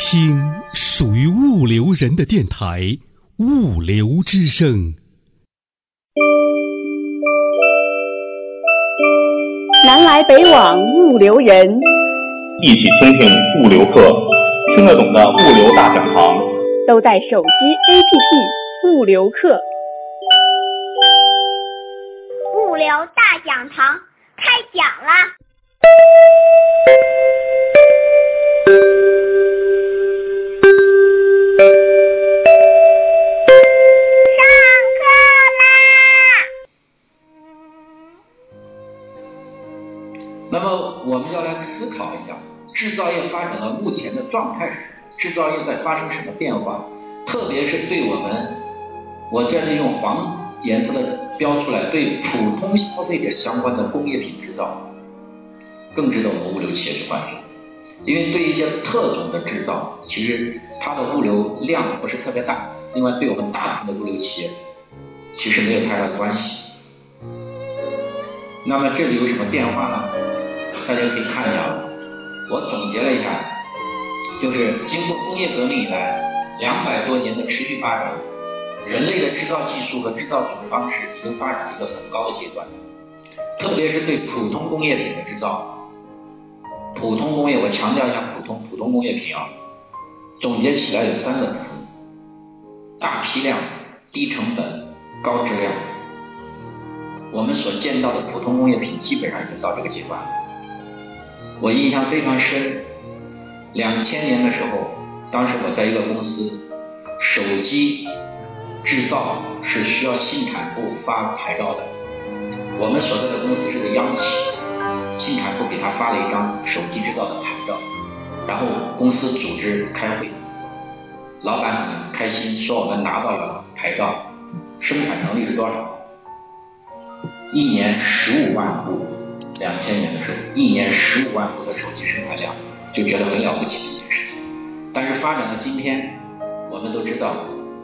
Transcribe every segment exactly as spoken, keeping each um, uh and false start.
听属于物流人的电台，物流之声。 南来北往物流人， 一起听听物流课，听得懂的物流大讲堂， 都在手机 A P P 物流课。 物流大讲堂开讲啦！ 那么我们要来思考一下，制造业发展到目前的状态是什么？制造业在发生什么变化？特别是对我们，我在这用黄颜色的标出来，对普通消费者相关的工业品制造，更值得我们物流企业去关注。因为对一些特种的制造，其实它的物流量不是特别大，另外对我们大部分的物流企业，其实没有太大的关系。那么这里有什么变化呢？大家可以看一下，我总结了一下，就是经过工业革命以来两百多年的持续发展，人类的制造技术和制造组织方式已经发展了一个很高的阶段，特别是对普通工业品的制造，普通工业，我强调一下普通普通工业品啊，总结起来有三个词：大批量、低成本、高质量。我们所见到的普通工业品基本上已经到这个阶段了。我印象非常深，两千年的时候，当时我在一个公司，手机制造是需要信产部发牌照的。我们所在的公司是个央企，信产部给他发了一张手机制造的牌照，然后公司组织开会，老板很开心，说我们拿到了牌照，生产能力是多少？一年十五万部。两千年的时候，一年十五万部的手机生产量，就觉得很了不起的一件事情。但是发展到今天，我们都知道，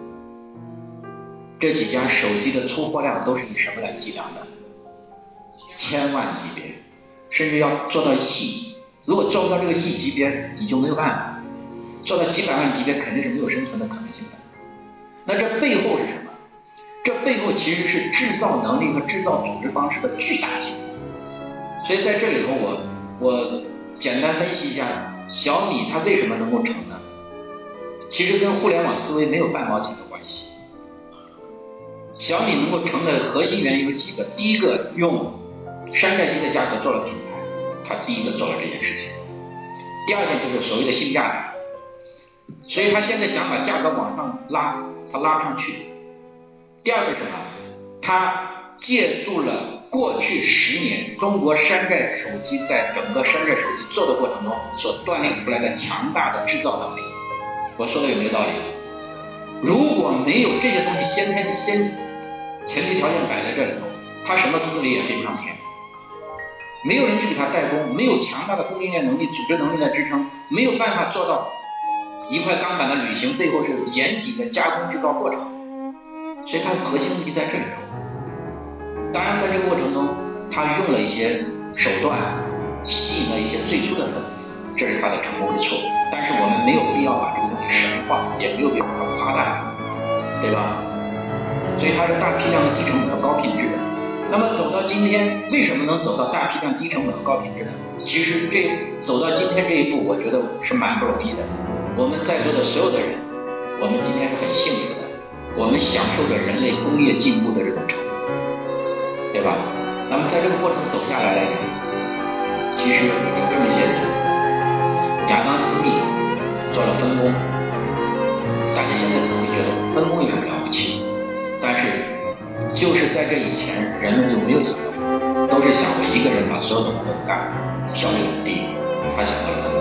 这几家手机的出货量都是以什么来计量的？千万级别，甚至要做到亿。如果做不到这个亿级别，你就没有办法。做到几百万级别，肯定是没有生存的可能性的。那这背后是什么？这背后其实是制造能力和制造组织方式的巨大进步。所以在这里头我，我我简单分析一下，小米它为什么能够成呢？其实跟互联网思维没有半毛钱的关系。小米能够成的核心原因有几个：第一个，用山寨机的价格做了品牌，它第一个做了这件事情；第二件就是所谓的性价比，所以它现在想把价格往上拉，它拉不上去。第二个是什么？它借助了过去十年中国山寨手机在整个山寨手机做的过程中所锻炼出来的强大的制造能力。我说的有没有道理？如果没有这些东西先天先前提条件摆在这里头，他什么思维也飞不上天。没有人去给他代工，没有强大的供应链能力、组织能力来支撑，没有办法做到一块钢板的铝型背后是严谨的加工制造过程，所以它的核心问题在这里头。当然在这个过程中他用了一些手段，吸引了一些最初的粉丝，这是他的成功之处。但是我们没有必要把这个东西神化，也没有必要把它夸大，对吧？所以它是大批量的低成本和高品质的。那么走到今天，为什么能走到大批量低成本和高品质呢？其实这走到今天这一步，我觉得是蛮不容易的。我们在座的所有的人，我们今天是很幸福的，我们享受着人类工业进步的这种成果，对吧？那么在这个过程走下来，其实有这么一些人，亚当斯密做了分工，大家现在可能会觉得分工有什么了不起？但是就是在这以前，人们就没有想到，都是想我一个人把所有的活都干，效率很低。他想到了分工，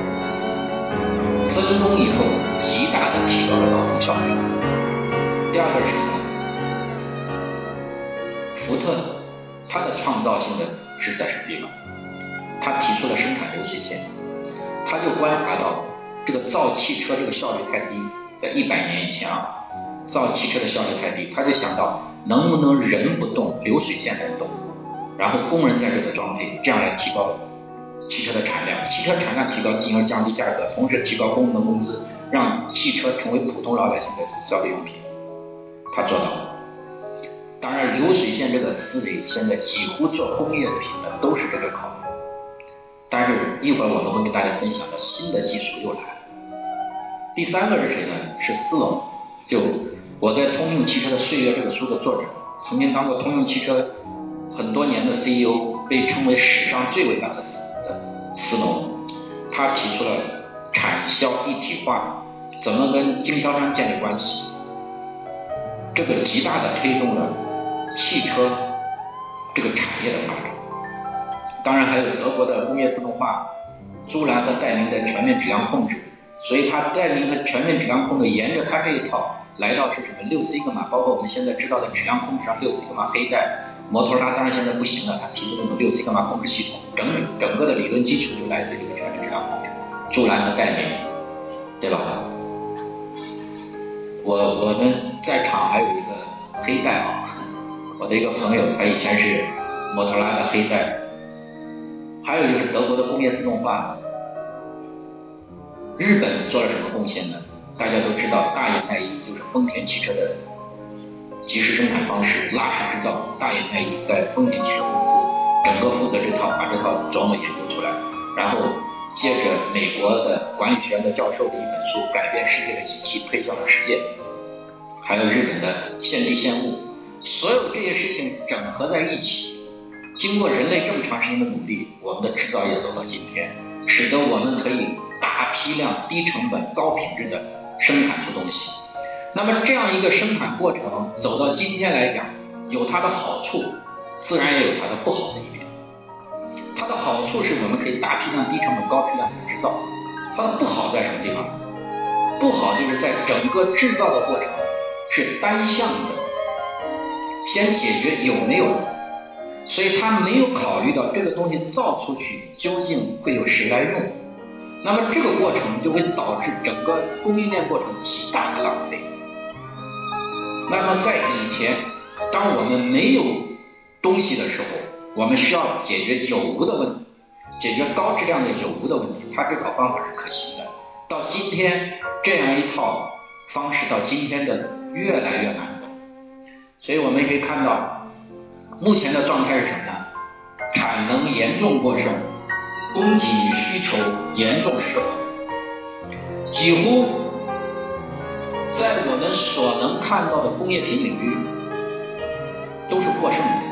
分工以后极大的提高了劳动效率。第二个是什么呢？福特它的创造性的是在什么地方？他提出了生产流水线，他就观察到这个造汽车这个效率太低，在一百年以前啊，造汽车的效率太低，他就想到能不能人不动，流水线在动，然后工人在这个装配，这样来提高汽车的产量，汽车产量提高，进而降低价格，同时提高公共的工资，让汽车成为普通老百姓的消费用品。他做到了。当然，流水线这个思维，现在几乎做工业品的都是这个考虑。但是一会儿我们会跟大家分享的新的技术又来了。第三个是谁呢？是斯隆。就我在《通用汽车的岁月》这个书的作者，曾经当过通用汽车很多年的 C E O， 被称为史上最伟大的斯隆。他提出了产销一体化，怎么跟经销商建立关系，这个极大的推动了汽车这个产业的发展。当然还有德国的工业自动化，朱兰和戴明的全面质量控制，所以他戴明的全面质量控制沿着他这一套来到是什么六 sigma， 包括我们现在知道的质量控制上六 sigma 黑带，摩托罗拉当然现在不行了，他提出这种六 sigma 控制系统，整整个的理论基础就来自于这个全面质量控制，朱兰和戴明，对吧？我我们在场还有一个黑带啊，我的一个朋友，他以前是摩托罗拉的黑带。还有就是德国的工业自动化，日本做了什么贡献呢？大家都知道，大野耐一就是丰田汽车的即时生产方式，拉式制造。大野耐一在丰田汽车公司整个负责这套，把这套琢磨研究出来，然后接着美国的管理学院的教授的一本书《改变世界的机器》推向了世界，还有日本的现地现物，所有这些事情整合在一起。经过人类这么长时间的努力，我们的制造业走到今天，使得我们可以大批量、低成本、高品质的生产出东西。那么这样一个生产过程走到今天来讲，有它的好处，自然也有它的不好的一面。它的好处是我们可以大批量、低成本、高质量的制造，它的不好在什么地方？不好就是在整个制造的过程是单向的，先解决有没有，所以他没有考虑到这个东西造出去究竟会有谁来用，那么这个过程就会导致整个供应链过程极大的浪费。那么在以前，当我们没有东西的时候，我们需要解决有无的问题，解决高质量的有无的问题，它这套方法是可行的。到今天这样一套方式到今天的越来越难走，所以我们可以看到目前的状态是什么呢？产能严重过剩，供给与需求严重失衡，几乎在我们所能看到的工业品领域都是过剩的。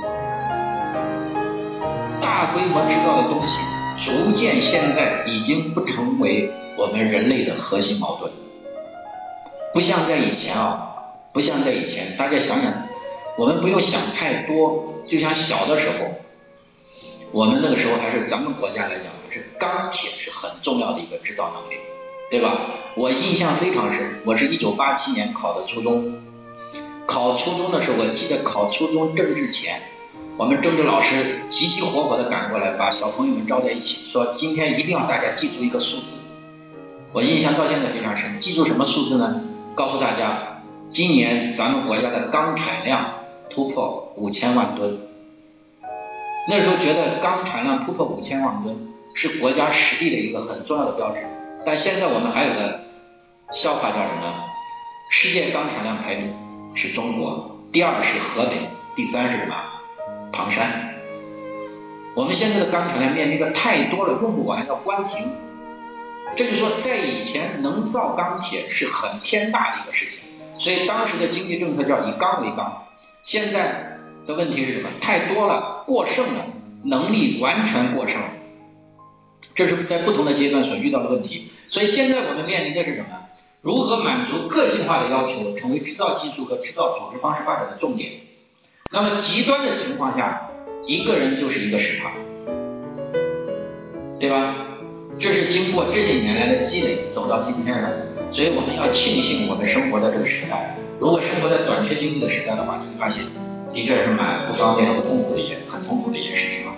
大规模制造的东西逐渐现在已经不成为我们人类的核心矛盾，不像在以前啊，不像在以前，大家想想，我们不用想太多，就像小的时候，我们那个时候还是咱们国家来讲，是钢铁是很重要的一个制造能力，对吧？我印象非常深，我是一九八七年考的初中，考初中的时候，我记得考初中政治前，我们政治老师急急火火的赶过来，把小朋友们招在一起，说今天一定要大家记住一个数字。我印象到现在非常深，记住什么数字呢？告诉大家，今年咱们国家的钢产量突破五千万吨。那时候觉得钢产量突破五千万吨是国家实力的一个很重要的标志，但现在我们还有个笑话叫什么？世界钢产量排名是中国，第二是河北，第三是什么？唐山。我们现在的钢产量面临着太多了，用不完要关停。这就是说，在以前能造钢铁是很天大的一个事情，所以当时的经济政策叫以钢为纲。现在的问题是什么？太多了，过剩了，能力完全过剩，这是在不同的阶段所遇到的问题。所以现在我们面临的是什么？如何满足个性化的要求，成为制造技术和制造组织方式发展的重点。那么极端的情况下，一个人就是一个市场，对吧？这是经过这些年来的积累走到今天的，所以我们要庆幸我们生活在这个时代。如果生活在短缺经济的时代的话，你会发现的确是蛮不方便和痛苦的一件很痛苦的一件事情啊。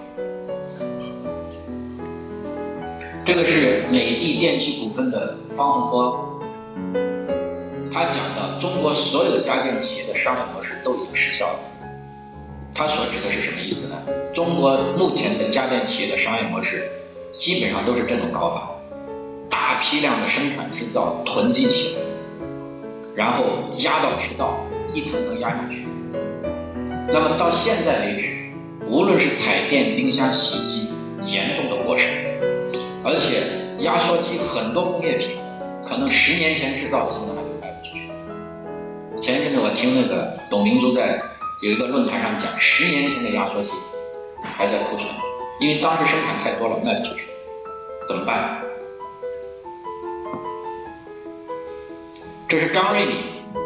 这个是美的电器股份的方洪波，他讲到中国所有家电企业的商业模式都已经失效了。他所指的是什么意思呢？中国目前的家电企业的商业模式基本上都是这种搞法，大批量的生产制造囤积起来，然后压到渠道，一层层压下去。那么到现在为止，无论是彩电、冰箱、洗衣机，严重的过剩，而且压缩机很多工业品可能十年前制造的，现在还没卖不出去。前一阵子我听那个董明珠在有一个论坛上讲，十年前的压缩机还在库存，因为当时生产太多了卖不出去，怎么办？这是张瑞敏，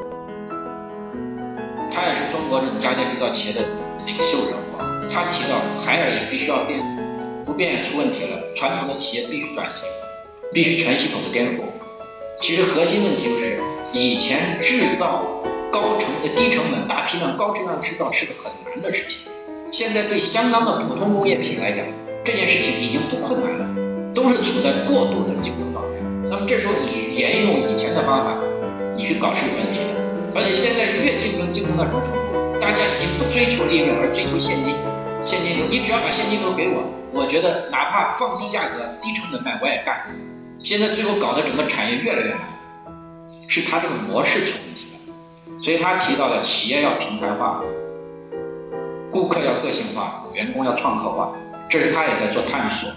他也是中国这种家电制造企业的领袖人物，他提到海尔也必须要变，不变也出问题了，传统的企业必须转型，必须全系统的颠覆。其实核心问题就是以前制造高成的低成本大批量高质量制造是个很难的事情，现在对相当的普通工业品来讲，这件事情已经不困难了，都是处在过度的竞争状态。那么这时候你沿用以前的方法你去搞是有问题的，而且现在越竞争竞争到什么程度，大家已经不追求利润而追求现金，现金流，你只要把现金流给我，我觉得哪怕放低价格低成本卖我也干。现在最后搞得整个产业越来越难，是他这个模式出问题了。所以他提到了企业要平台化，顾客要个性化，员工要创客化，这是他也在做探索。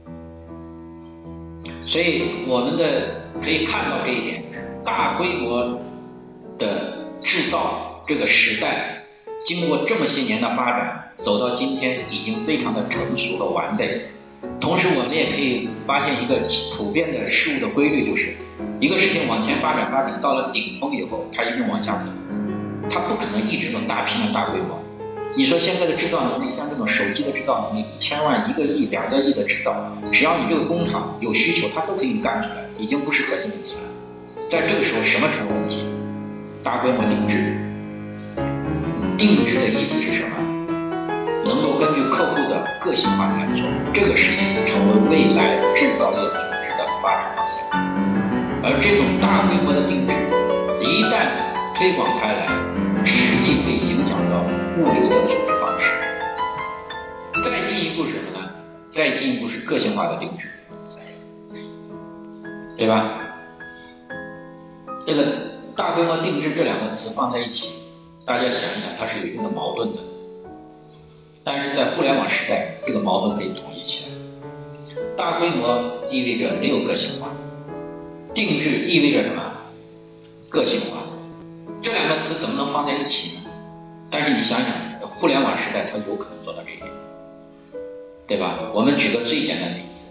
所以我们的可以看到这一点，大规模的制造这个时代经过这么些年的发展，走到今天已经非常的成熟和完备。同时我们也可以发现一个普遍的事物的规律，就是一个事情往前发展发展到了顶峰以后，它一定往下走，它不可能一直有大批量大规模。你说现在的制造能力，像这种手机的制造能力，一千万、一个亿、两个亿的制造，只要你这个工厂有需求，它都可以干出来，已经不是核心问题了。在这个时候，什么成为问题？大规模定制。定制的意思是什么？能够根据客户的个性化来做，这个事情成为未来制造业组织的发展方向。而这种大规模的定制，一旦推广开来，势必会影响到物流的组织方式。再进一步是什么呢？再进一步是个性化的定制，对吧？这个大规模定制这两个词放在一起，大家想一想，它是有一定的矛盾的。但是在互联网时代，这个矛盾可以统一起来。大规模意味着没有个性化，定制意味着什么？个性化。这两个词怎么能放在一起呢？但是你想想，互联网时代它有可能做到这一点，对吧？我们举个最简单的例子，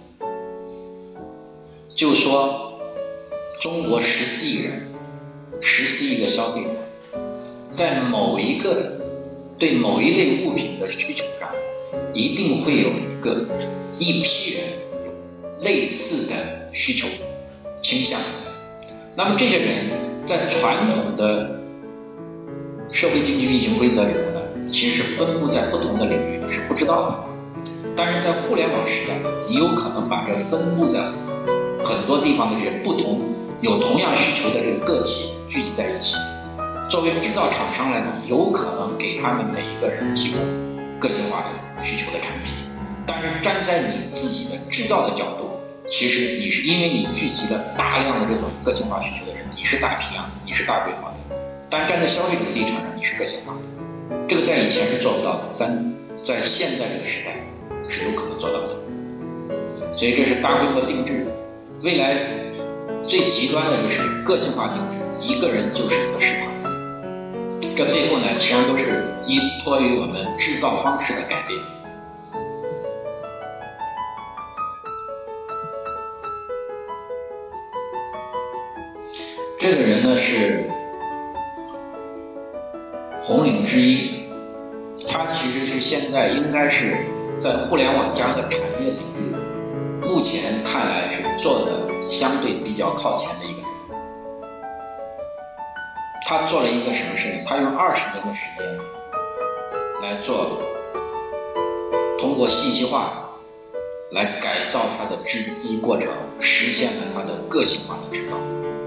就说中国十四亿人，十四亿个消费者，在某一个对某一类物品的需求上，一定会有一个一批人有类似的需求倾向。那么这些人在传统的社会经济运行规则里头呢，其实是分布在不同的领域，你是不知道的。但是在互联网时代，你有可能把这分布在很多地方的这些不同有同样需求的这个个体聚集在一起。作为制造厂商来讲，有可能给他们每一个人提供个性化的需求的产品，但是站在你自己的制造的角度，其实你是因为你聚集了大量的这种个性化需求的人，你是大批量的，你是大规模的，但站在消费者的立场上，你是个性化的。这个在以前是做不到的，在在现在这个时代是有可能做到的。所以这是大规模定制。未来最极端的就是个性化定制，一个人就是一个市场。这背后呢，实际上都是依托于我们制造方式的改变。这个人呢是红岭之一，他其实是现在应该是在互联网加的产业领域，目前看来是做的相对比较靠前的一个人。他做了一个什么事呢？他用二十年的时间来做，通过信息化来改造他的制衣过程，实现了他的个性化的制造。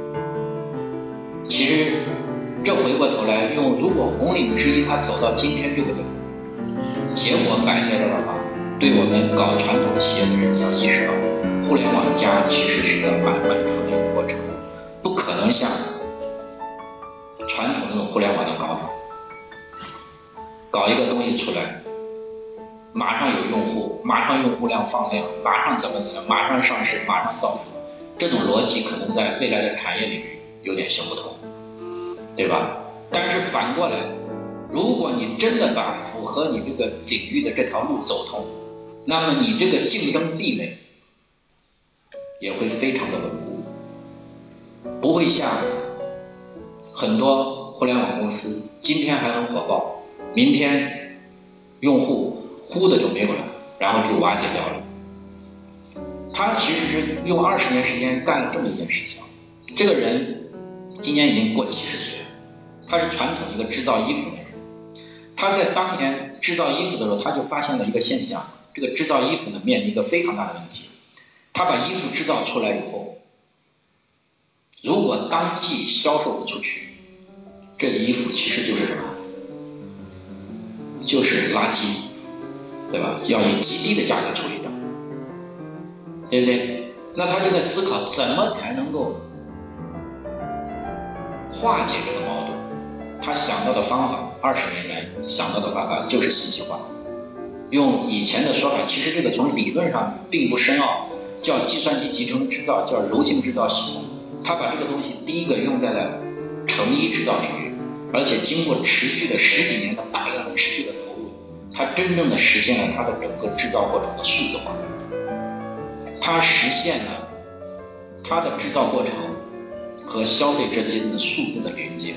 其实这回过头来用，如果红岭之一他走到今天这个结果摆在这儿的话， 对我们搞传统企业的人要意识到，互联网加其实是个慢慢出的一个过程，不可能像传统那种互联网的搞法，搞一个东西出来，马上有用户，马上用户量放量，马上怎么怎么样，马上上市，马上造富，这种逻辑可能在未来的产业领域有点行不通，对吧？但是反过来，如果你真的把符合你这个领域的这条路走通，那么你这个竞争壁垒也会非常的稳固，不会像很多互联网公司今天还很火爆，明天用户呼的就没有了，然后就瓦解掉了。他其实是用二十年时间干了这么一件事情。这个人今年已经过七十岁了，他是传统一个制造衣服的人。他在当年制造衣服的时候，他就发现了一个现象，这个制造衣服呢面临一个非常大的问题。他把衣服制造出来以后，如果当季销售不出去，这衣服其实就是什么？就是垃圾，对吧？要以极低的价格处理掉，对不对？那他就在思考怎么才能够化解这个矛盾。他想到的方法，二十年来想到的办法就是信息化。用以前的说法，其实这个从理论上并不深奥，叫计算机集成制造，叫柔性制造系统。他把这个东西第一个用在了成衣制造领域，而且经过持续的十几年的大量的持续的投入，他真正的实现了他的整个制造过程的数字化。他实现了他的制造过程和消费者间的数字的连接。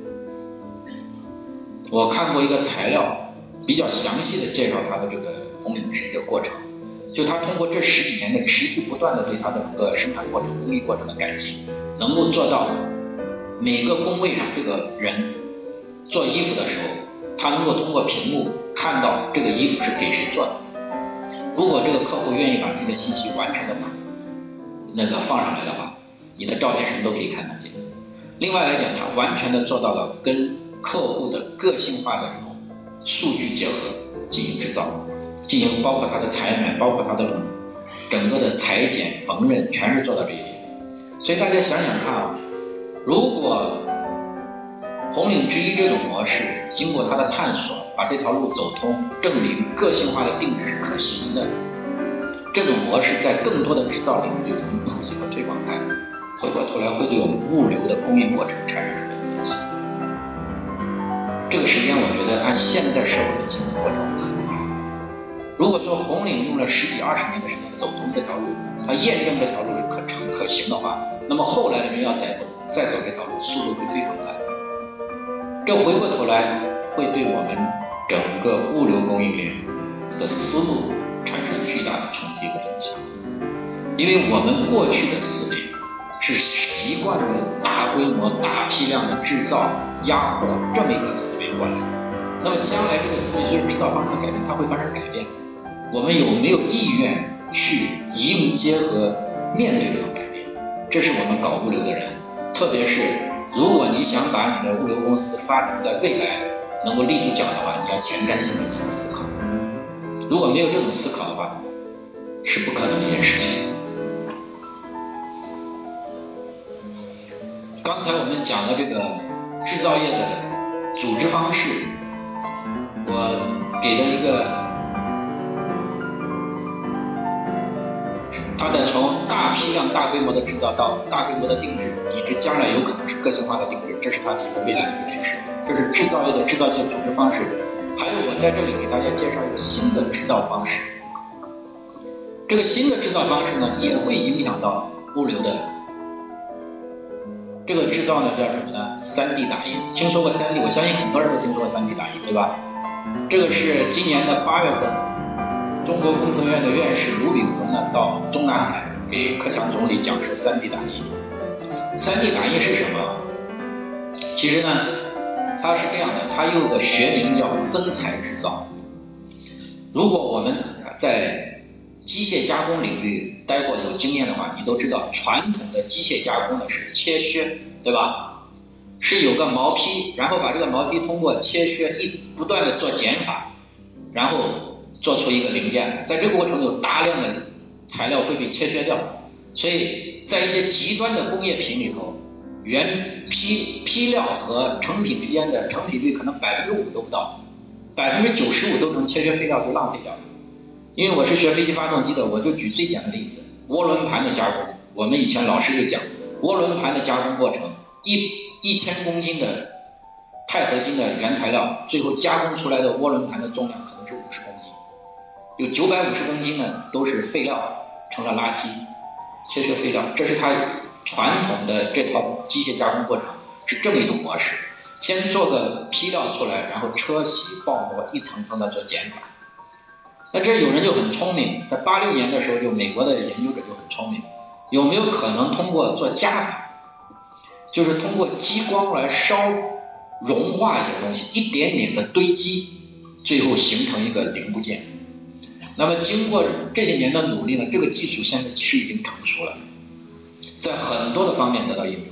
我看过一个材料，比较详细的介绍他的这个红领之一的过程，就他通过这十几年的持续不断的对他的整个生产过程、工艺过程的改进，能够做到每个工位上这个人做衣服的时候，他能够通过屏幕看到这个衣服是给谁做的。如果这个客户愿意把自己的信息完全的那个放上来的话，你的照片什么都可以看得见。另外来讲，他完全的做到了跟客户的个性化的这种数据结合进行制造，进行包括他的裁买，包括他的整个的裁剪、缝纫，全是做到这一点。所以大家想想看啊，如果红领之一这种模式经过他的探索，把这条路走通，证明个性化的定制是可行的，这种模式在更多的制造领域进行普及和推广开，回过头来会对我们物流的供应过程产生什么影响？这个时间我觉得按现在社会的经济过程很快。如果说红领用了十几二十年的时间走通这条路，它验证这条路是可成可行的话，那么后来的人要再走再走这条路，速度会非常快。这回过头来会对我们整个物流供应链的思路产生巨大的冲击和影响。因为我们过去的思维是习惯了大规模大批量的制造压货这么一个思维过来，那么将来这个思维随着制造方式的改变，它会发生改变。我们有没有意愿去迎接和面对这种改变？这是我们搞物流的人，特别是如果你想把你的物流公司发展在未来能够立住脚的话，你要前瞻性的进行思考。如果没有这种思考的话，是不可能的一件事情。刚才我们讲的这个制造业的组织方式，我给的一个它的从大批量大规模的制造到大规模的定制，以及将来有可能是个性化的定制，这是它的一个未来的一个趋势。这是制造业的制造业组织方式。还有我在这里给大家介绍一个新的制造方式，这个新的制造方式呢也会影响到物流的这个制造呢，叫什么呢？ 三 D 打印。听说过 三 D， 我相信很多人都听说过 三 D 打印，对吧？这个是今年的八月份，中国工科院的院士卢秉衡呢到中南海给克强总理讲述 三 D 打印。三 D 打印是什么？其实呢，它是这样的，它有个学名叫增材制造。如果我们在机械加工领域待过有经验的话，你都知道传统的机械加工呢是切削，对吧？是有个毛坯，然后把这个毛坯通过切削一不断的做减法，然后做出一个零件，在这个过程有大量的材料会被切削掉，所以在一些极端的工业品里头，原批批料和成品之间的成品率可能百分之五都不到，百分之九十五都成切削废料就浪费掉了。因为我是学飞机发动机的，我就举最简单的例子，涡轮盘的加工，我们以前老师就讲，涡轮盘的加工过程，一一千公斤的钛合金的原材料，最后加工出来的涡轮盘的重量可能是五十公斤，有九百五十公斤呢都是废料成了垃圾，切削废料，这是它传统的这套机械加工过程是这么一种模式，先做个批料出来，然后车洗爆磨，一层层的做减法。那这有人就很聪明，在八六年的时候，就美国的研究者就很聪明，有没有可能通过做加法，就是通过激光来烧融化一些东西，一点点的堆积，最后形成一个零部件。那么经过这些年的努力呢，这个技术现在其实已经成熟了，在很多的方面得到应用，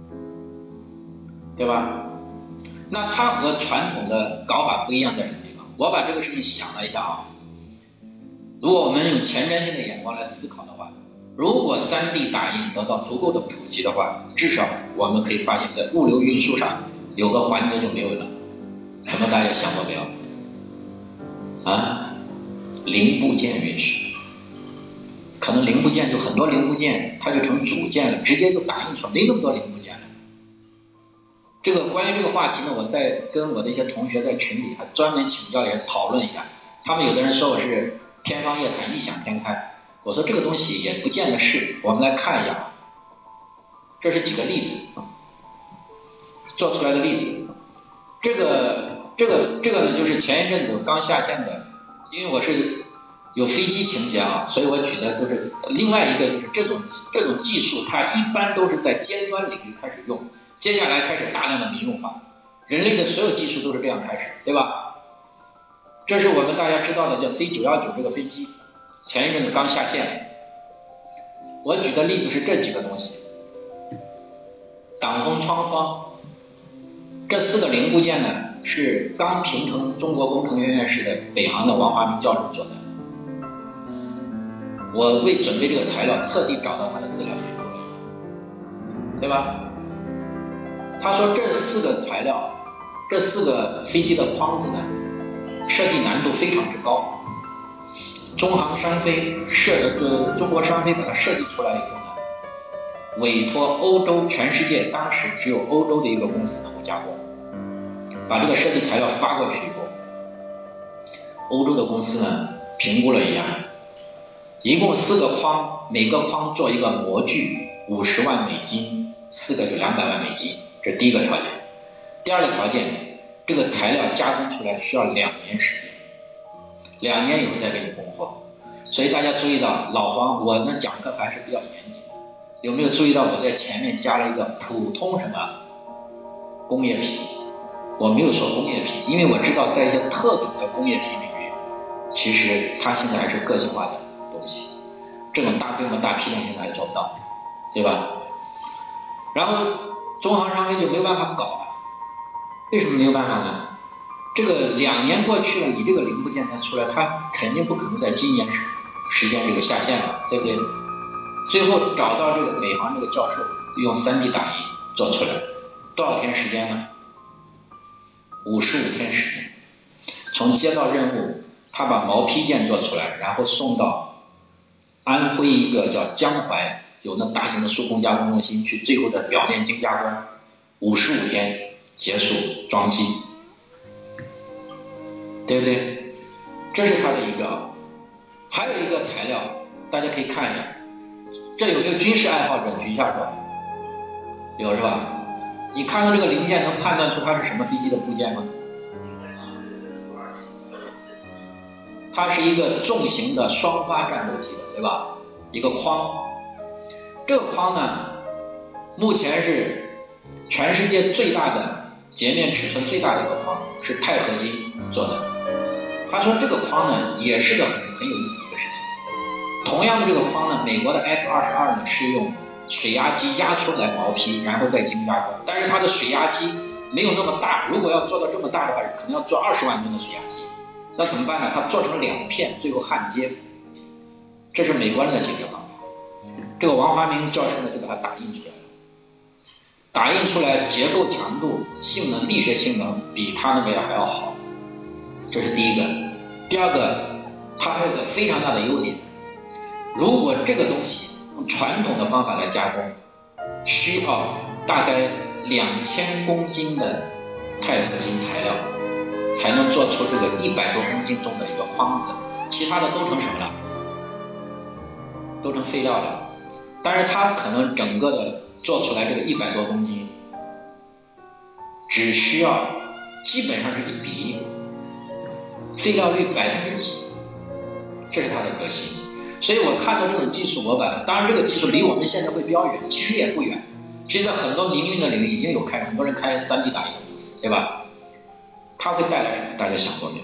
对吧？那它和传统的搞法不一样在什么地方？我把这个事情想了一下啊，如果我们用前瞻性的眼光来思考的话，如果 三 D 打印得到足够的普及的话，至少我们可以发现在物流运输上有个环节就没有了，什么大家想过没有？啊，零部件运输，可能零部件就很多零部件它就成组件了，直接就打印出来，没那么多零部件了。这个关于这个话题呢，我在跟我的一些同学在群里还专门请教也讨论一下，他们有的人说我是天方夜谭异想天开，我说这个东西也不见得是，我们来看一下，这是几个例子做出来的例子，这个这个这个呢就是前一阵子刚下线的，因为我是有飞机情节啊，所以我举的就是另外一个就是这种这种技术，它一般都是在尖端领域开始用，接下来开始大量的民用化，人类的所有技术都是这样开始，对吧？这是我们大家知道的叫 C 九一九 这个飞机，前一阵子刚下线。我举的例子是这几个东西，挡风窗框，这四个零部件呢是刚平成中国工程院院士的北航的王华明教授做的。我为准备这个材料特地找到他的资料研究了一下，对吧？他说这四个材料，这四个飞机的框子呢设计难度非常之高，中航商飞设呃中国商飞把它设计出来以后呢，委托欧洲全世界当时只有欧洲的一个公司能够加工，把这个设计材料发过去以后，欧洲的公司呢评估了一下，一共四个框，每个框做一个模具，五十万美金，四个就两百万美金，这是第一个条件。第二个条件，这个材料加工出来需要两年时间，两年以后再给你供货。所以大家注意到，老黄我呢讲课还是比较严谨的，有没有注意到我在前面加了一个普通什么工业品？我没有说工业品，因为我知道在一些特种的工业品领域，其实它现在还是个性化的东西，这种大规模大批量现在还做不到，对吧？然后中航商飞就没有办法搞了，为什么没有办法呢？这个两年过去了，你这个零部件它出来，它肯定不可能在今年时时间这个下线了，对不对？最后找到这个北航这个教授，用 三 D 打印做出来，多少天时间呢？五十五天时间。从接到任务，他把毛坯件做出来，然后送到安徽一个叫江淮有那大型的数控加工中心去，最后的表面精加工，五十五天结束装机，对不对？这是它的一个。还有一个材料，大家可以看一下，这有没有军事爱好者举一下手？有是吧？你看到这个零件能判断出它是什么飞机的部件吗？它是一个重型的双发战斗机的，对吧？一个框，这个框呢，目前是全世界最大的截面尺寸最大的一个框，是钛合金做的。他说这个框呢，也是个很很有意思的一个事情。同样的这个框呢，美国的 F 二十二呢是用水压机压出来毛坯，然后再精加工，但是它的水压机没有那么大，如果要做到这么大的话，可能要做二十万吨的水压机。 那怎么办呢？他做成两片，最后焊接，这是美国人的解决方法。这个王华明教授呢就把它打印出来了，打印出来结构强度、性能、力学性能比他那个还要好，这是第一个。第二个，它还有个非常大的优点，如果这个东西用传统的方法来加工，需要大概两千公斤的钛合金材料，才能做出这个一百多公斤重的一个方子，其他的都成什么了？都成废料了。但是它可能整个的做出来这个一百多公斤，只需要基本上是一比一，废料率百分之几，这是它的核心。所以我看到这种技术，我把当然这个技术离我们现在会比较远，其实也不远。其实在很多民运的领域已经有开，很多人开 三 D 打印的公司，对吧？它会带来什么？大家想过没有？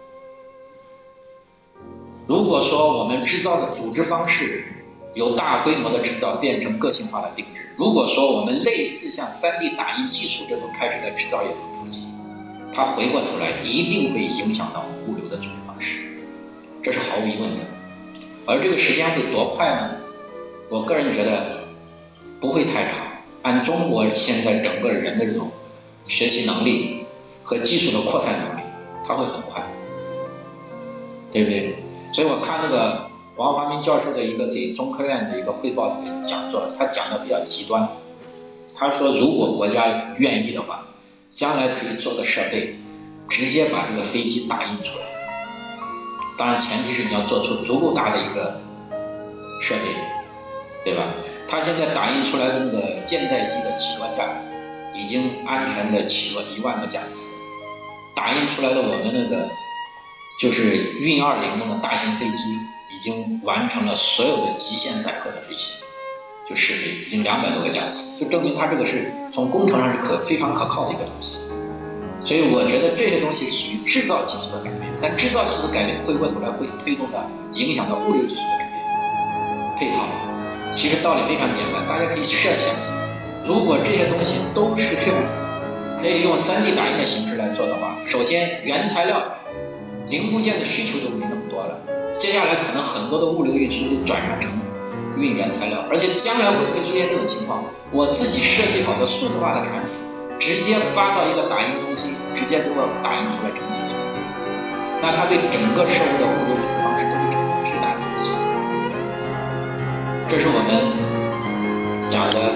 如果说我们制造的组织方式由大规模的制造变成个性化的定制，如果说我们类似像 三 D 打印技术这种开始在制造业中普及，它回过头来一定会影响到物流的组织方式，这是毫无疑问的。而这个时间会多快呢？我个人觉得不会太长，按中国现在整个人的这种学习能力和技术的扩散能力，它会很快，对不对？所以我看那个王华明教授的一个给中科院的一个汇报这个讲座，他讲的比较极端。他说，如果国家愿意的话，将来可以做个设备，直接把这个飞机打印出来。当然，前提是你要做出足够大的一个设备，对吧？他现在打印出来的那个舰载机的起落架，已经安全的起落一万个架次。打印出来的我们那个就是运二零那个大型飞机，已经完成了所有的极限载荷的飞行，就试飞已经两百多个架次，就证明它这个是从工程上是可非常可靠的一个东西。所以我觉得这些东西属于制造技术的改变，但制造技术改变回过头来会推动的影响到物流技术的改变。配套其实道理非常简单，大家可以设想，如果这些东西都是用可以用 三 D 打印的形式来做的话，首先原材料零部件的需求就没那么多了，接下来可能很多的物流运输都转换成运原材料，而且将来会不会出现这种情况，我自己设计好的数字化的产品直接发到一个打印中心，直接给我打印出来成品，那它对整个社会的物流组织方式都会产生巨大的影响。这是我们讲的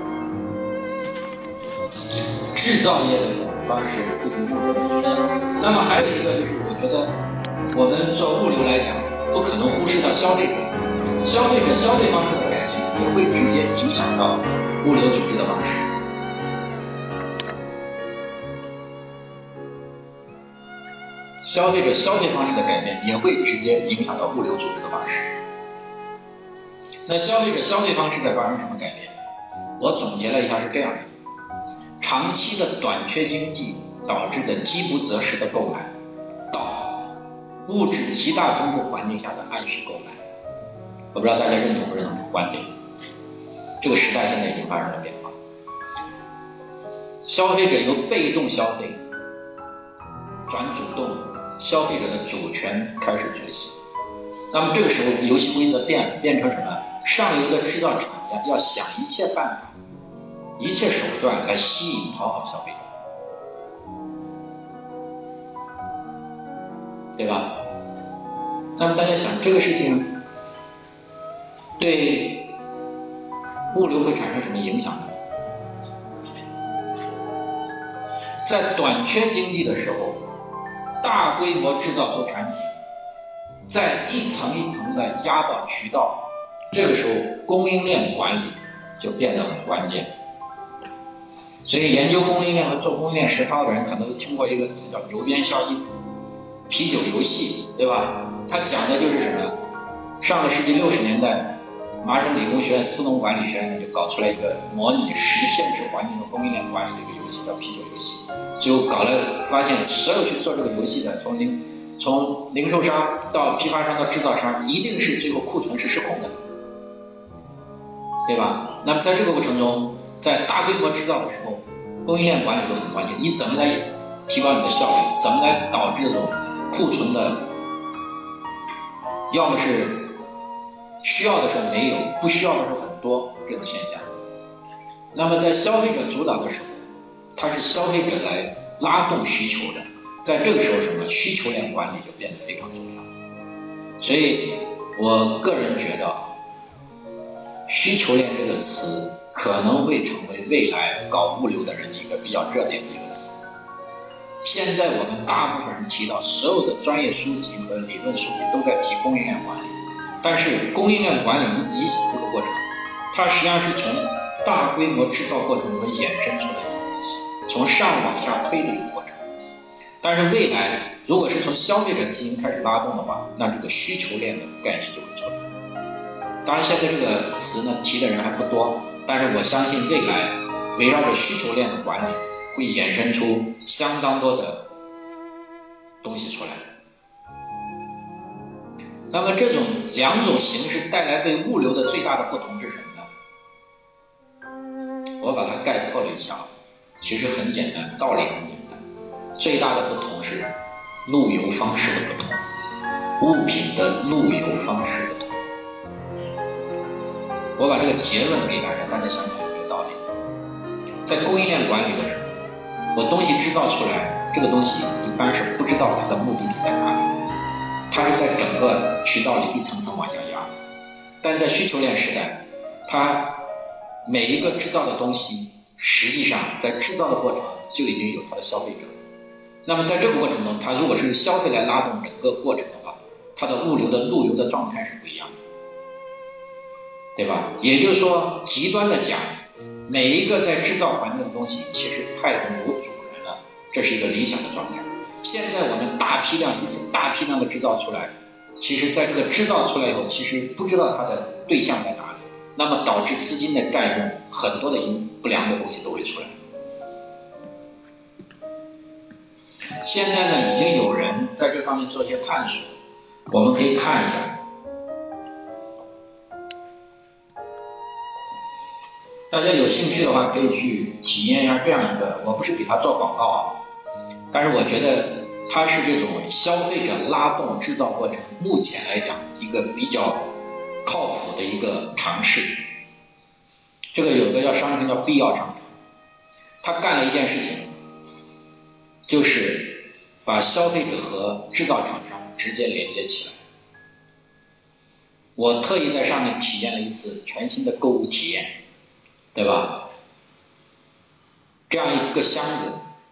制造业的这种方式对物流的影响。那么还有一个就是，我觉得我们做物流来讲，不可能忽视到消费者，消费者消费方式的改变也会直接影响到物流组织的方式。消费者消费方式的改变也会直接影响到物流组织的方式。那消费者消费方式在发生什么改变？我总结了一下是这样的：长期的短缺经济导致的饥不择食的购买，到物质极大丰富环境下的按需购买。我不知道大家认同不认同这个观点？这个时代现在已经发生了变化，消费者由被动消费转主动，消费者的主权开始崛起。那么这个时候游戏规则变变成什么？上游的制造厂家要想一切办法、一切手段来吸引讨好消费者，对吧？那么大家想，这个事情对物流会产生什么影响呢？在短缺经济的时候，大规模制造出产品，再一层一层的压到渠道，这个时候供应链管理就变得很关键。所以研究供应链和做供应链实操的人可能都听过一个词叫油烟效应，啤酒游戏，对吧？它讲的就是什么？上个世纪六十年代，麻省理工学院斯农管理学院就搞出来一个模拟实现实环境的供应链管理的一个游戏，叫啤酒游戏。就搞了，发现所有去做这个游戏的，从零从零售商到批发商到制造商，一定是最后库存是失控的，对吧？那么在这个过程中，在大规模制造的时候，供应链管理都很关键。你怎么来提高你的效率？怎么来导致这种库存的，要么是需要的时候没有，不需要的时候很多这种现象。那么在消费者主导的时候，它是消费者来拉动需求的，在这个时候什么需求链管理就变得非常重要。所以我个人觉得需求链这个词可能会成为未来搞物流的人一个比较热点的一个词。现在我们大部分人提到所有的专业书籍和理论书籍都在提供应链管理，但是供应链管理你仔细想这个过程，它实际上是从大规模制造过程中衍生出来的一个东西，从上往下推的一个过程。但是未来如果是从消费者自行开始拉动的话，那这个需求链的概念就会出来。当然现在这个词呢提的人还不多，但是我相信未来围绕着需求链的管理会衍生出相当多的东西出来。那么这种两种形式带来对物流的最大的不同是什么呢？我把它概括了一下，其实很简单，道理很简单，最大的不同是路由方式的不同，物品的路由方式不同。我把这个结论给大家，大家想想这个道理。在供应链管理的时候，我东西制造出来，这个东西一般是不知道它的目的地在哪里，它是在整个渠道里一层层往下压。但在需求链时代，它每一个制造的东西实际上在制造的过程就已经有它的消费者。那么在这个过程中，它如果是由消费来拉动整个过程的话，它的物流的路由的状态是不一样的，对吧？也就是说，极端的讲，每一个在制造环境的东西其实派成有主人了，这是一个理想的状态。现在我们大批量一次大批量的制造出来，其实在这个制造出来以后，其实不知道它的对象在哪里，那么导致资金的占用，很多的不良的东西都会出来。现在呢，已经有人在这方面做一些探索，我们可以看一下。大家有兴趣的话，可以去体验一下这样一个，我不是给他做广告啊，但是我觉得它是这种消费者拉动制造过程，目前来讲一个比较靠谱的一个尝试。这个有个叫商城叫必要商城，他干了一件事情，就是把消费者和制造厂商直接连接起来。我特意在上面体验了一次全新的购物体验，对吧？这样一个箱子，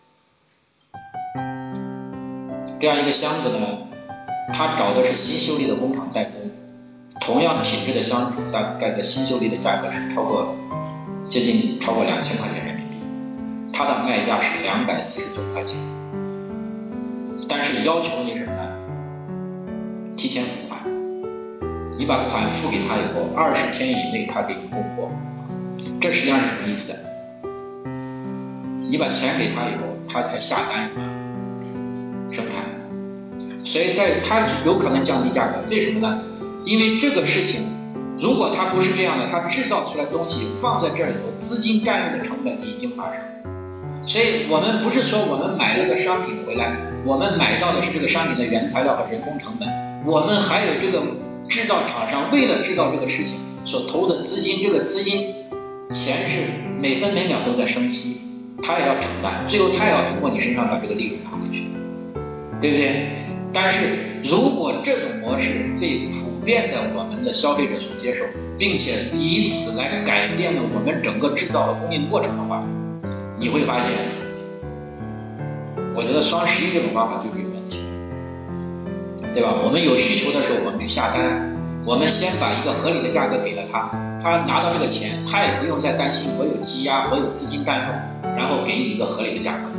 这样一个箱子呢，他找的是新秀丽的工厂代工，同样品质的箱子，大概在新秀丽的价格是超过接近超过两千块钱人民币，它的卖价是两百四十九块钱，但是要求你什么呢？提前付款，你把款付给他以后，二十天以内他给你供货。这实际上是什么意思？你把钱给他以后，他才下单生产，所以在他有可能降低价格，为什么呢？因为这个事情，如果它不是这样的，它制造出来的东西放在这里头，资金占用的成本已经发生。所以我们不是说我们买了个商品回来，我们买到的是这个商品的原材料和人工成本，我们还有这个制造厂商为了制造这个事情所投的资金，这个资金钱是每分每秒都在生息，他也要承担，最后他也要通过你身上把这个利润拿回去，对不对？但是如果这种模式被普遍的我们的消费者所接受，并且以此来改变了我们整个制造和供应过程的话，你会发现，我觉得双十一这种方法就是有问题，对吧？我们有需求的时候，我们去下单，我们先把一个合理的价格给了他，他拿到这个钱，他也不用再担心我有积压，我有资金占用，然后给你一个合理的价格，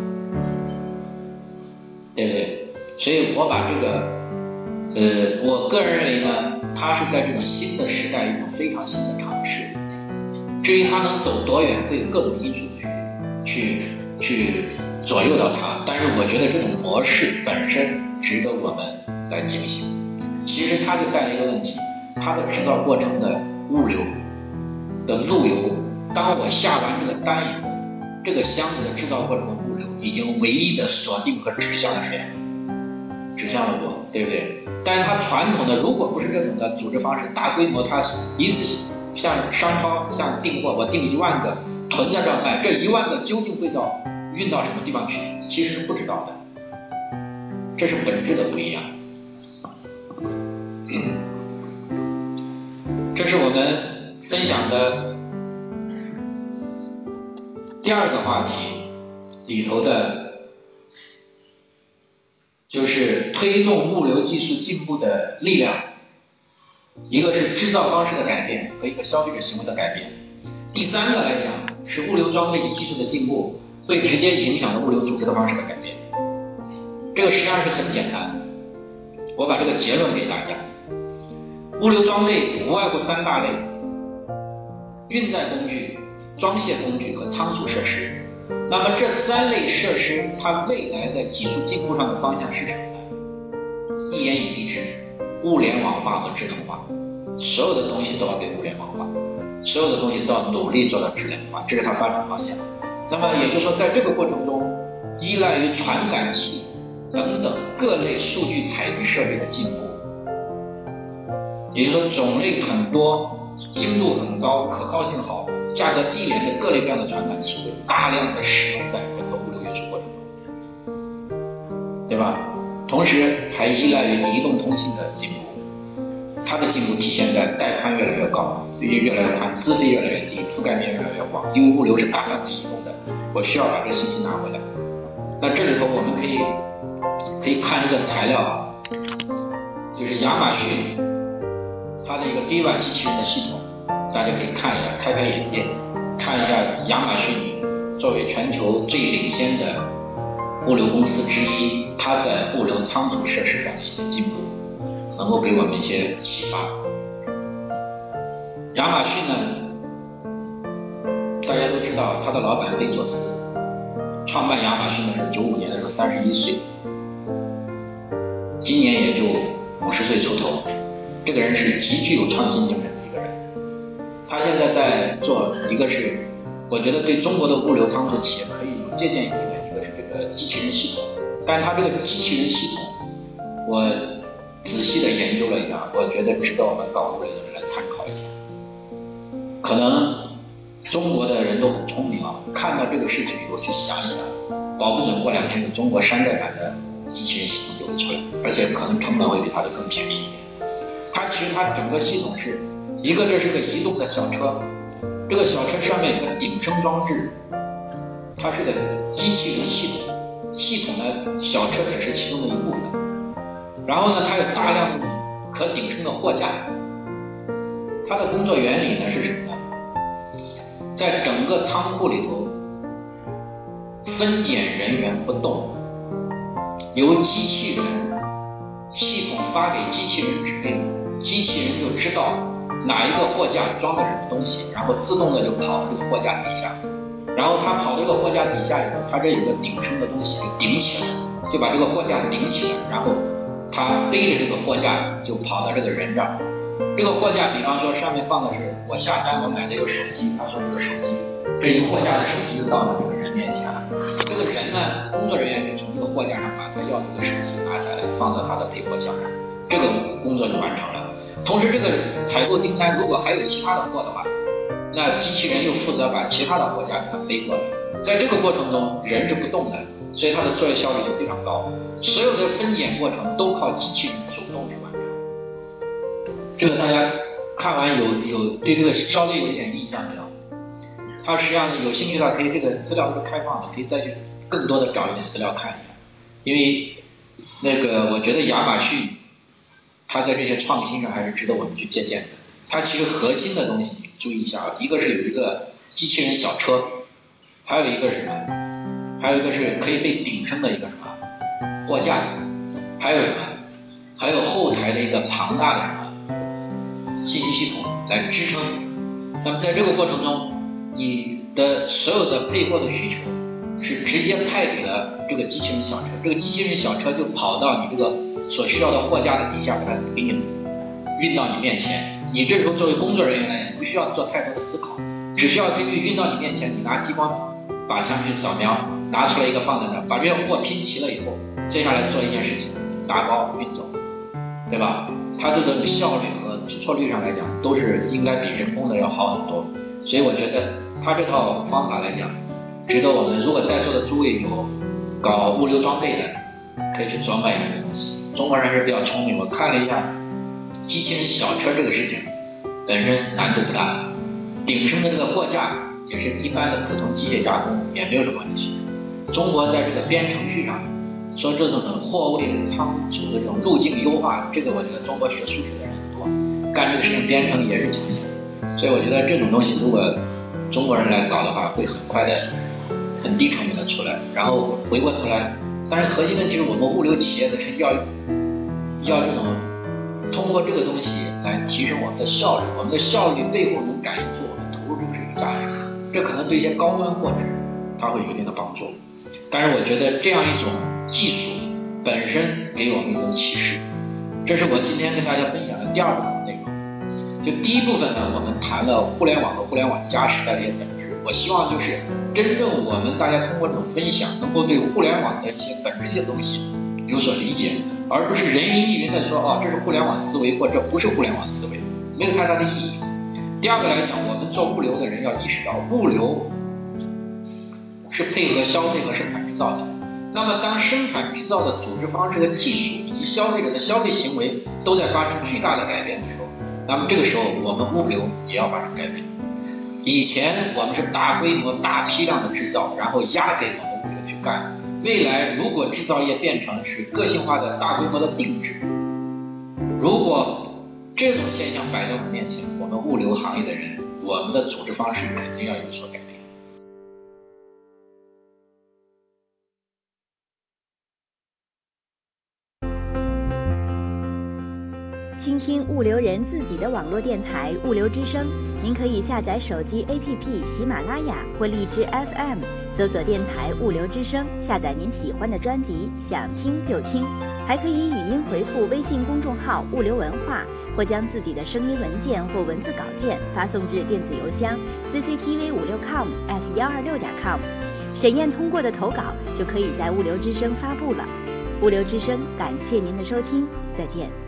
对不对？所以我把这个，呃，我个人认为呢，它是在这种新的时代一种非常新的尝试。至于它能走多远，会有各种因素去去去左右到它，但是我觉得这种模式本身值得我们来警醒。其实它就带来一个问题，它的制造过程的物流的路由，当我下完这个单以后，这个箱子的制造过程的物流已经唯一的锁定和指向的谁？ 指向了我，对不对？但是它传统的如果不是这种的组织方式，大规模它一次像商超像订货，我订一万个囤在这儿卖，这一万个究竟会到运到什么地方去，其实是不知道的，这是本质的不一样。这是我们分享的第二个话题里头的，就是推动物流技术进步的力量，一个是制造方式的改变和一个消费者行为的改变。第三个来讲是物流装备及技术的进步会直接影响了物流组织的方式的改变。这个实际上是很简单的，我把这个结论给大家。物流装备无外乎三大类：运载工具、装卸工具和仓储设施。那么这三类设施它未来在技术进步上的方向是什么呢？一言以蔽之，物联网化和智能化。所有的东西都要被物联网化，所有的东西都要努力做到智能化，这是它发展方向。那么也就是说，在这个过程中，依赖于传感器等等各类数据采集设备的进步，也就是说种类很多、精度很高、可靠性好、价格低廉的各类各样的传感器会大量的使用在整个物流运输过程中，对吧？同时还依赖于移动通信的进步，它的进步体现在带宽越来越高，最近越来越宽，资费越来越低，覆盖面越来越广，因为物流是大量的移动的，我需要把这个信息拿回来。那这里头我们可以可以看一个材料啊，就是亚马逊它的一个 Diva 机器人的系统，大家可以看一下，开开眼界，看一下亚马逊作为全球最领先的物流公司之一，它在物流仓储设施上的一些进步，能够给我们一些启发。亚马逊呢，大家都知道，他的老板贝佐斯创办亚马逊的是九五年的时候三十一岁，今年也就五十岁出头。这个人是极具有创新精神的一个人。他现在在做一个是，我觉得对中国的物流仓储企业可以有借鉴意义的，一个是这个机器人系统。但是他这个机器人系统，我仔细的研究了一下，我觉得值得我们搞物流的人来参考一下。可能中国的人都很聪明啊，看到这个事情以后去想一想，保不准过两天有中国山寨版的机器人系统就会出来，而且可能成本会比它的更便宜一点。它其实它整个系统是一个，这是个移动的小车，这个小车上面有个顶升装置，它是个机器人系统，系统呢小车只是其中的一部分。然后呢，它有大量的可顶升的货架。它的工作原理呢是什么呢？在整个仓库里头，分拣人员不动，由机器人系统发给机器人指令，机器人就知道哪一个货架装的什么东西，然后自动的就跑到这个货架底下，然后它跑到这个货架底下以后，它这有个顶升的东西就顶起来，就把这个货架顶起来，然后它背着这个货架就跑到这个人这儿。这个货架比方说上面放的是我下单我买的一个手机，他说这个手机，这一货架的手机就到了这个人面前了。这个人呢，工作人员就从这个货架上把他要的这个手机拿下来，放到他的配货箱上，这个工作就完成了。同时这个采购订单如果还有其他的货的话，那机器人又负责把其他的货架给它背过来。在这个过程中人是不动的，所以它的作业效率就非常高，所有的分拣过程都靠机器人手动去完成。这个大家看完有有对这个稍微有一点印象没有？它实际上有兴趣的话，可以这个资料都是开放的，可以再去更多的找一点资料看一下。因为那个我觉得亚马逊它在这些创新上还是值得我们去借鉴的。它其实核心的东西你注意一下，一个是有一个机器人小车，还有一个是什么？还有一个是可以被顶升的一个什么货架，还有什么？还有后台的一个庞大的什么信息系统来支撑。那么在这个过程中，你的所有的配货的需求是直接派给了这个机器人小车，这个机器人小车就跑到你这个所需要的货架的底下，把它给你运到你面前。你这时候作为工作人员来，不需要做太多的思考，只需要根据运到你面前，你拿激光把上去扫描，拿出来一个放在那，把这些货拼齐了以后，接下来做一件事情， 打包运走，对吧？它这个效率和出错率上来讲，都是应该比人工的要好很多。所以我觉得它这套方法来讲，值得我们如果在座的诸位有搞物流装备的，可以去琢磨一下这东西。中国人还是比较聪明，我看了一下机器人小车这个事情本身难度不大，顶上的这个货架也是一般的普通机械加工，也没有什么问题。中国在这个编程序上说这种货物的仓储的这种路径优化，这个我觉得中国学数学的人很多，干这个事情编程也是强项。所以我觉得这种东西如果中国人来搞的话，会很快的很低成本的出来。然后回过头来，但是核心问题是我们物流企业的是要要这种通过这个东西来提升我们的效率，我们的效率背后能感应出我们投入这个是有价值，这可能对一些高端货值它会有一定的帮助。但是我觉得这样一种技术本身给我们一种启示，这是我今天跟大家分享的第二部分内容。就第一部分呢，我们谈了互联网和互联网加时代的一些本质。我希望就是真正我们大家通过这种分享，能够对互联网的一些本质性的东西有所理解，而不是人云亦云的说哦，这是互联网思维，或者这不是互联网思维，没有太大的意义。第二个来讲，我们做物流的人要意识到，物流是配合消费和生产制造的。那么当生产制造的组织方式和技术以及消费者的消费行为都在发生巨大的改变的时候，那么这个时候我们物流也要发生改变。以前我们是大规模大批量的制造，然后压给我们物流去干。未来如果制造业变成是个性化的大规模的定制，如果这种现象摆在我们面前，我们物流行业的人，我们的组织方式肯定要有所改变。 倾听物流人自己的网络电台物流之声，您可以下载手机 A P P 喜马拉雅或荔枝 F M， 搜索电台物流之声，下载您喜欢的专辑，想听就听。还可以语音回复微信公众号物流文化，或将自己的声音文件或文字稿件发送至电子邮箱 c c t v 五六 com at 一二六点 com， 审验通过的投稿就可以在物流之声发布了。物流之声，感谢您的收听，再见。